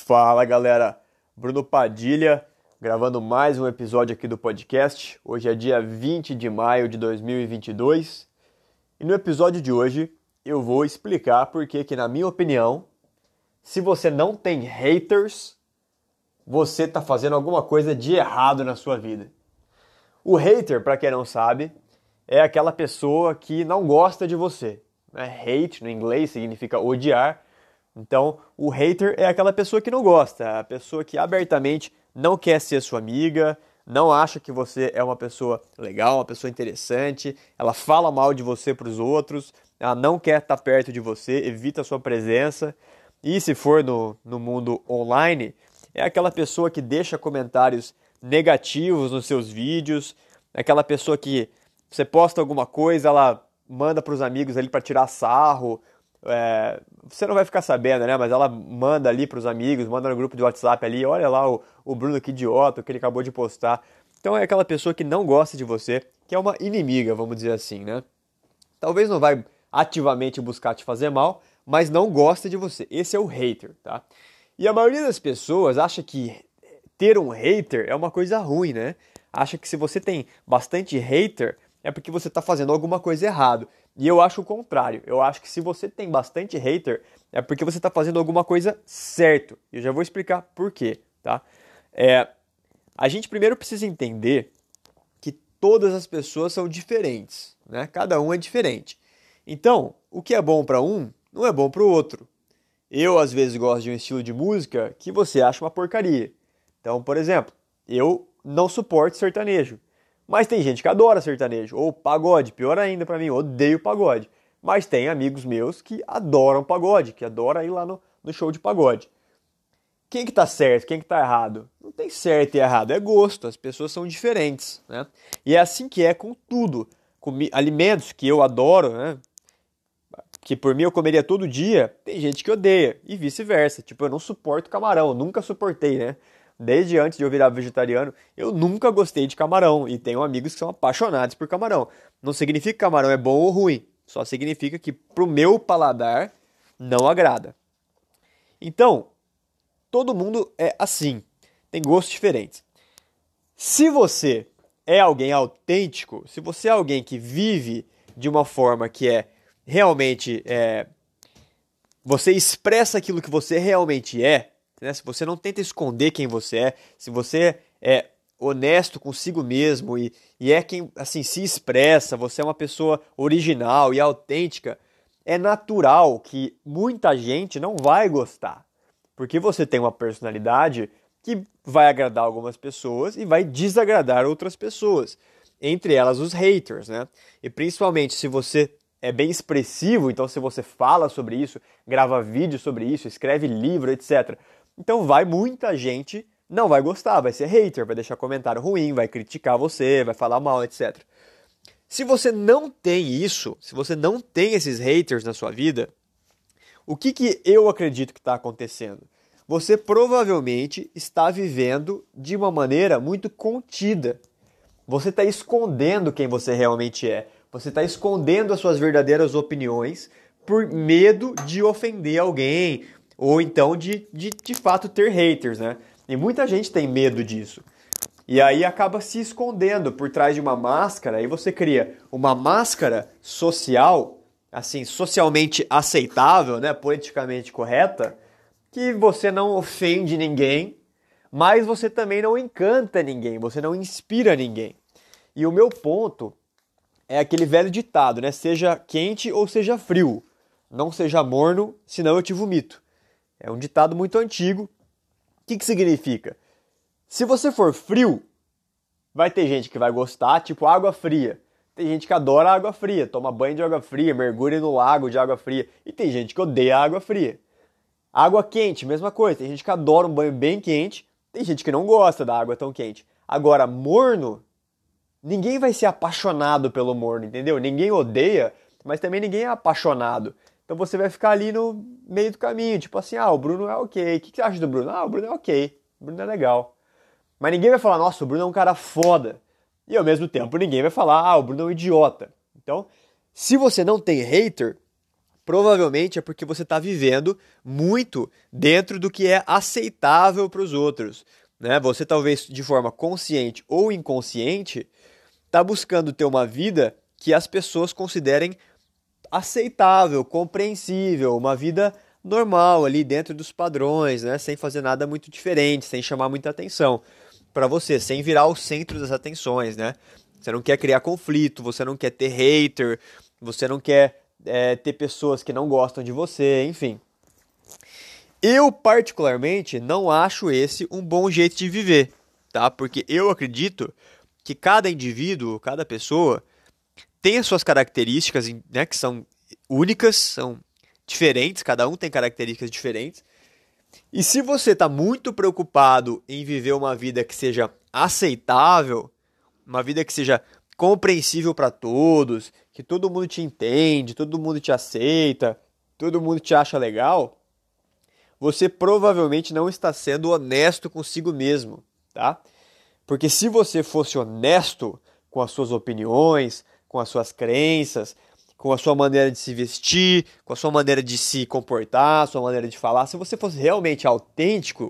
Fala galera, Bruno Padilha gravando mais um episódio aqui do podcast. Hoje é dia 20 de maio de 2022 e no episódio de hoje eu vou explicar porque que, na minha opinião, se você não tem haters, você está fazendo alguma coisa de errado na sua vida. O hater, para quem não sabe, é aquela pessoa que não gosta de você. Hate no inglês significa odiar. Então, o hater é aquela pessoa que não gosta, a pessoa que abertamente não quer ser sua amiga, não acha que você é uma pessoa legal, uma pessoa interessante, ela fala mal de você para os outros, ela não quer estar perto de você, evita a sua presença. E se for no mundo online, é aquela pessoa que deixa comentários negativos nos seus vídeos, é aquela pessoa que você posta alguma coisa, ela manda para os amigos ali para tirar sarro. Você não vai ficar sabendo, né? Mas ela manda ali para os amigos, manda no grupo de WhatsApp ali, olha lá o Bruno, que idiota, o que ele acabou de postar. Então é aquela pessoa que não gosta de você, que é uma inimiga, vamos dizer assim, né? Talvez não vai ativamente buscar te fazer mal, mas não gosta de você. Esse é o hater, tá? E a maioria das pessoas acha que ter um hater é uma coisa ruim, né? Acha que se você tem bastante hater, é porque você está fazendo alguma coisa errado. E eu acho o contrário. Eu acho que se você tem bastante hater, é porque você está fazendo alguma coisa certo. E eu já vou explicar por quê, tá? A gente primeiro precisa entender que todas as pessoas são diferentes, né? Cada um é diferente. Então, o que é bom para um, não é bom para o outro. Eu, às vezes, gosto de um estilo de música que você acha uma porcaria. Então, por exemplo, eu não suporto sertanejo. Mas tem gente que adora sertanejo, ou pagode, pior ainda pra mim, eu odeio pagode. Mas tem amigos meus que adoram pagode, que adoram ir lá no show de pagode. Quem que tá certo, quem que tá errado? Não tem certo e errado, é gosto, as pessoas são diferentes, né? E é assim que é com tudo. Com alimentos que eu adoro, né? Que por mim eu comeria todo dia, tem gente que odeia, e vice-versa. Tipo, eu não suporto camarão, eu nunca suportei, né? Desde antes de eu virar vegetariano, eu nunca gostei de camarão. E tenho amigos que são apaixonados por camarão. Não significa que camarão é bom ou ruim. Só significa que pro meu paladar não agrada. Então, todo mundo é assim. Tem gostos diferentes. Se você é alguém autêntico, se você é alguém que vive de uma forma que é realmente... você expressa aquilo que você realmente é, né? Se você não tenta esconder quem você é, se você é honesto consigo mesmo e é quem assim se expressa, você é uma pessoa original e autêntica, é natural que muita gente não vai gostar. Porque você tem uma personalidade que vai agradar algumas pessoas e vai desagradar outras pessoas. Entre elas os haters, né? E principalmente se você é bem expressivo, então se você fala sobre isso, grava vídeo sobre isso, escreve livro, etc. Então muita gente não vai gostar, vai ser hater, vai deixar comentário ruim, vai criticar você, vai falar mal, etc. Se você não tem isso, se você não tem esses haters na sua vida, o que eu acredito que está acontecendo? Você provavelmente está vivendo de uma maneira muito contida. Você está escondendo quem você realmente é. Você está escondendo as suas verdadeiras opiniões por medo de ofender alguém, ou então de fato ter haters, né? E muita gente tem medo disso. E aí acaba se escondendo por trás de uma máscara, e você cria uma máscara social, assim, socialmente aceitável, né? Politicamente correta, que você não ofende ninguém, mas você também não encanta ninguém, você não inspira ninguém. E o meu ponto é aquele velho ditado, né? Seja quente ou seja frio. Não seja morno, senão eu te vomito. É um ditado muito antigo. O que significa? Se você for frio, vai ter gente que vai gostar, tipo água fria. Tem gente que adora água fria, toma banho de água fria, mergulha no lago de água fria. E tem gente que odeia água fria. Água quente, mesma coisa. Tem gente que adora um banho bem quente, tem gente que não gosta da água tão quente. Agora, morno, ninguém vai ser apaixonado pelo morno, entendeu? Ninguém odeia, mas também ninguém é apaixonado. Então você vai ficar ali no meio do caminho, tipo assim, o Bruno é ok. O que você acha do Bruno? O Bruno é ok, o Bruno é legal. Mas ninguém vai falar, nossa, o Bruno é um cara foda. E ao mesmo tempo ninguém vai falar, o Bruno é um idiota. Então, se você não tem hater, provavelmente é porque você está vivendo muito dentro do que é aceitável para os outros, né? Você talvez de forma consciente ou inconsciente está buscando ter uma vida que as pessoas considerem aceitável, compreensível, uma vida normal ali dentro dos padrões, né? Sem fazer nada muito diferente, sem chamar muita atenção para você, sem virar o centro das atenções, né? Você não quer criar conflito, você não quer ter hater, você não quer ter pessoas que não gostam de você, enfim. Eu, particularmente, não acho esse um bom jeito de viver, tá? Porque eu acredito que cada indivíduo, cada pessoa, tem as suas características, né, que são únicas, são diferentes, cada um tem características diferentes. E se você está muito preocupado em viver uma vida que seja aceitável, uma vida que seja compreensível para todos, que todo mundo te entende, todo mundo te aceita, todo mundo te acha legal, você provavelmente não está sendo honesto consigo mesmo, tá? Porque se você fosse honesto com as suas opiniões, com as suas crenças, com a sua maneira de se vestir, com a sua maneira de se comportar, a sua maneira de falar, se você fosse realmente autêntico,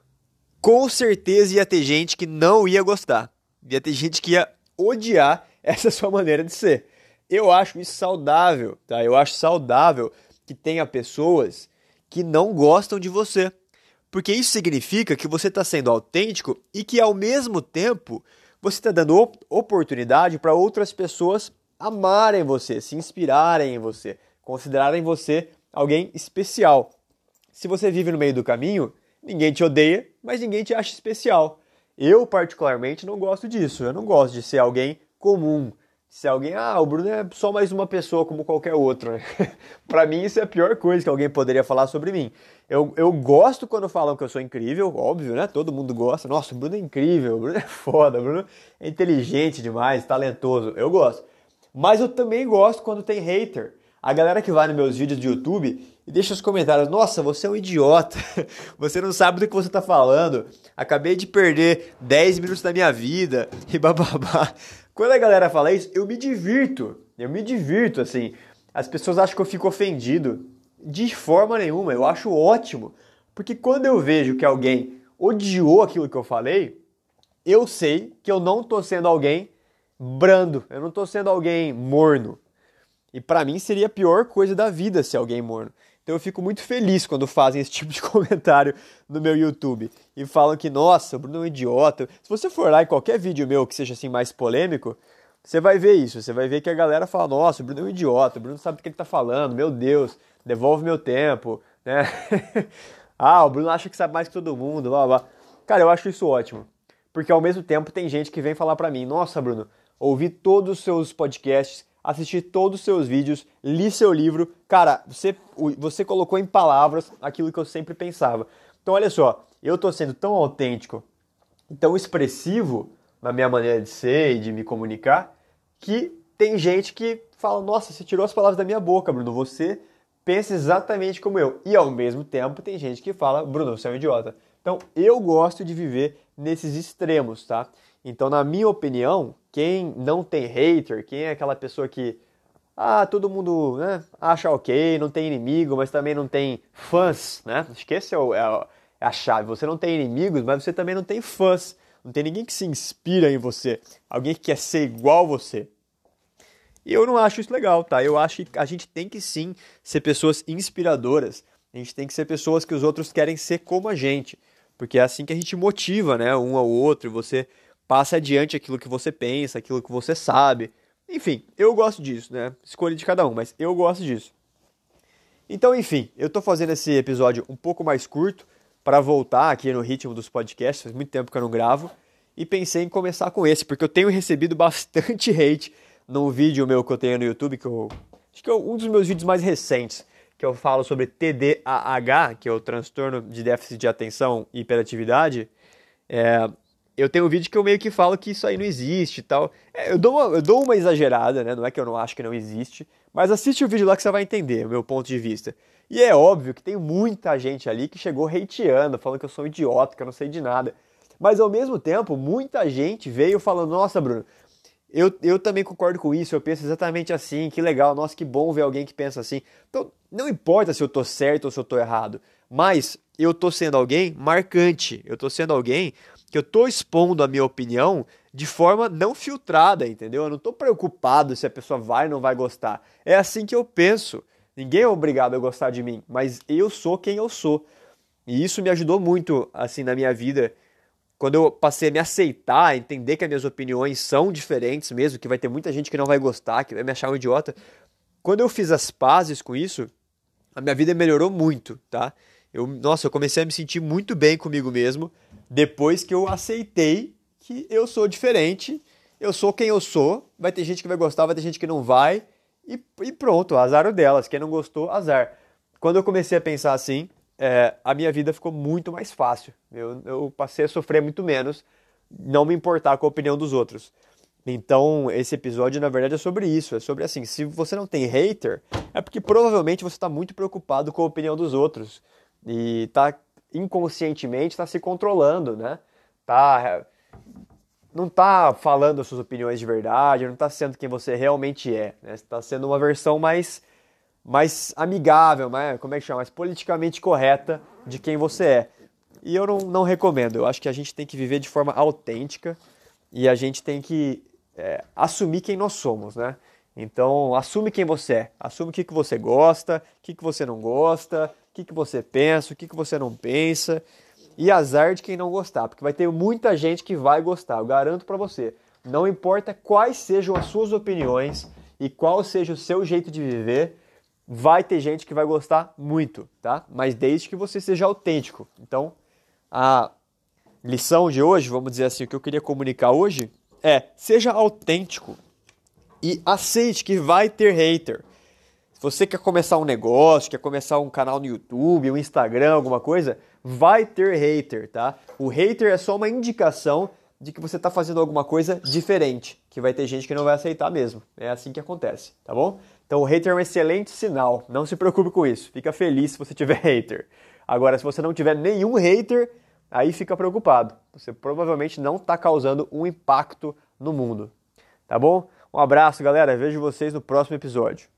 com certeza ia ter gente que não ia gostar. Ia ter gente que ia odiar essa sua maneira de ser. Eu acho isso saudável, tá? Eu acho saudável que tenha pessoas que não gostam de você. Porque isso significa que você está sendo autêntico e que, ao mesmo tempo, você está dando oportunidade para outras pessoas amarem você, se inspirarem em você, considerarem você alguém especial. Se você vive no meio do caminho, ninguém te odeia, mas ninguém te acha especial. Eu, particularmente, não gosto disso. Eu não gosto de ser alguém comum. Ser alguém, o Bruno é só mais uma pessoa como qualquer outro, né? Pra mim, isso é a pior coisa que alguém poderia falar sobre mim. Eu gosto quando falam que eu sou incrível, óbvio, né? Todo mundo gosta. Nossa, o Bruno é incrível, o Bruno é foda, o Bruno é inteligente demais, talentoso. Eu gosto. Mas eu também gosto quando tem hater. A galera que vai nos meus vídeos de YouTube e deixa os comentários, nossa, você é um idiota, você não sabe do que você tá falando, acabei de perder 10 minutos da minha vida, e bababá. Quando a galera fala isso, eu me divirto, assim. As pessoas acham que eu fico ofendido. De forma nenhuma, eu acho ótimo. Porque quando eu vejo que alguém odiou aquilo que eu falei, eu sei que eu não tô sendo alguém brando, eu não tô sendo alguém morno. E pra mim seria a pior coisa da vida ser alguém morno. Então eu fico muito feliz quando fazem esse tipo de comentário no meu YouTube. E falam que, nossa, o Bruno é um idiota. Se você for lá em qualquer vídeo meu que seja assim mais polêmico, você vai ver isso. Você vai ver que a galera fala, nossa, o Bruno é um idiota, o Bruno não sabe do que ele tá falando, meu Deus, devolve meu tempo, né? O Bruno acha que sabe mais que todo mundo, blá blá. Cara, eu acho isso ótimo. Porque ao mesmo tempo tem gente que vem falar pra mim, nossa, Bruno, ouvi todos os seus podcasts, assisti todos os seus vídeos, li seu livro. Cara, você colocou em palavras aquilo que eu sempre pensava. Então, olha só, eu tô sendo tão autêntico, tão expressivo na minha maneira de ser e de me comunicar, que tem gente que fala, nossa, você tirou as palavras da minha boca, Bruno, você pensa exatamente como eu. E ao mesmo tempo tem gente que fala, Bruno, você é um idiota. Então, eu gosto de viver nesses extremos, tá? Então, na minha opinião, quem não tem hater, quem é aquela pessoa que, todo mundo, né, acha ok, não tem inimigo, mas também não tem fãs, né? Acho que esse é a chave. Você não tem inimigos, mas você também não tem fãs. Não tem ninguém que se inspira em você, alguém que quer ser igual a você. E eu não acho isso legal, tá? Eu acho que a gente tem que sim ser pessoas inspiradoras. A gente tem que ser pessoas que os outros querem ser como a gente. Porque é assim que a gente motiva, né, um ao outro. Você passa adiante aquilo que você pensa, aquilo que você sabe. Enfim, eu gosto disso, né? Escolha de cada um, mas eu gosto disso. Então, enfim, eu tô fazendo esse episódio um pouco mais curto para voltar aqui no ritmo dos podcasts. Faz muito tempo que eu não gravo. E pensei em começar com esse, porque eu tenho recebido bastante hate num vídeo meu que eu tenho no YouTube, acho que é um dos meus vídeos mais recentes, que eu falo sobre TDAH, que é o transtorno de déficit de atenção e hiperatividade. Eu tenho um vídeo que eu meio que falo que isso aí não existe e tal. Eu dou uma exagerada, né? Não é que eu não acho que não existe, mas assiste o vídeo lá que você vai entender o meu ponto de vista. E é óbvio que tem muita gente ali que chegou hateando, falando que eu sou um idiota, que eu não sei de nada. Mas ao mesmo tempo, muita gente veio falando, nossa, Bruno, Eu também concordo com isso, eu penso exatamente assim, que legal, nossa, que bom ver alguém que pensa assim. Então, não importa se eu tô certo ou se eu tô errado, mas eu tô sendo alguém marcante, eu tô sendo alguém que eu tô expondo a minha opinião de forma não filtrada, entendeu? Eu não tô preocupado se a pessoa vai ou não vai gostar. É assim que eu penso. Ninguém é obrigado a gostar de mim, mas eu sou quem eu sou. E isso me ajudou muito, assim, na minha vida quando eu passei a me aceitar, a entender que as minhas opiniões são diferentes mesmo, que vai ter muita gente que não vai gostar, que vai me achar um idiota. Quando eu fiz as pazes com isso, a minha vida melhorou muito, tá? Nossa, eu comecei a me sentir muito bem comigo mesmo depois que eu aceitei que eu sou diferente, eu sou quem eu sou, vai ter gente que vai gostar, vai ter gente que não vai, e pronto, azar o delas. Quem não gostou, azar. Quando eu comecei a pensar assim, a minha vida ficou muito mais fácil. Eu passei a sofrer muito menos, não me importar com a opinião dos outros. Então, esse episódio, na verdade, é sobre isso. É sobre assim, se você não tem hater, é porque provavelmente você está muito preocupado com a opinião dos outros. E tá inconscientemente está se controlando, né? Tá, não tá falando as suas opiniões de verdade, não tá sendo quem você realmente é, né? Você tá sendo uma versão mais amigável, como é que chama? Mais politicamente correta de quem você é. E eu não recomendo. Eu acho que a gente tem que viver de forma autêntica e a gente tem que assumir quem nós somos, né? Então, assume quem você é. Assume o que você gosta, o que você não gosta, o que você pensa, o que você não pensa. E azar de quem não gostar, porque vai ter muita gente que vai gostar, eu garanto pra você. Não importa quais sejam as suas opiniões e qual seja o seu jeito de viver, vai ter gente que vai gostar muito, tá? Mas desde que você seja autêntico. Então, a lição de hoje, vamos dizer assim, o que eu queria comunicar hoje seja autêntico e aceite que vai ter hater. Se você quer começar um negócio, quer começar um canal no YouTube, um Instagram, alguma coisa, vai ter hater, tá? O hater é só uma indicação de que você está fazendo alguma coisa diferente, que vai ter gente que não vai aceitar mesmo. É assim que acontece, tá bom? Então o hater é um excelente sinal, não se preocupe com isso. Fica feliz se você tiver hater. Agora, se você não tiver nenhum hater, aí fica preocupado. Você provavelmente não está causando um impacto no mundo, tá bom? Um abraço, galera. Vejo vocês no próximo episódio.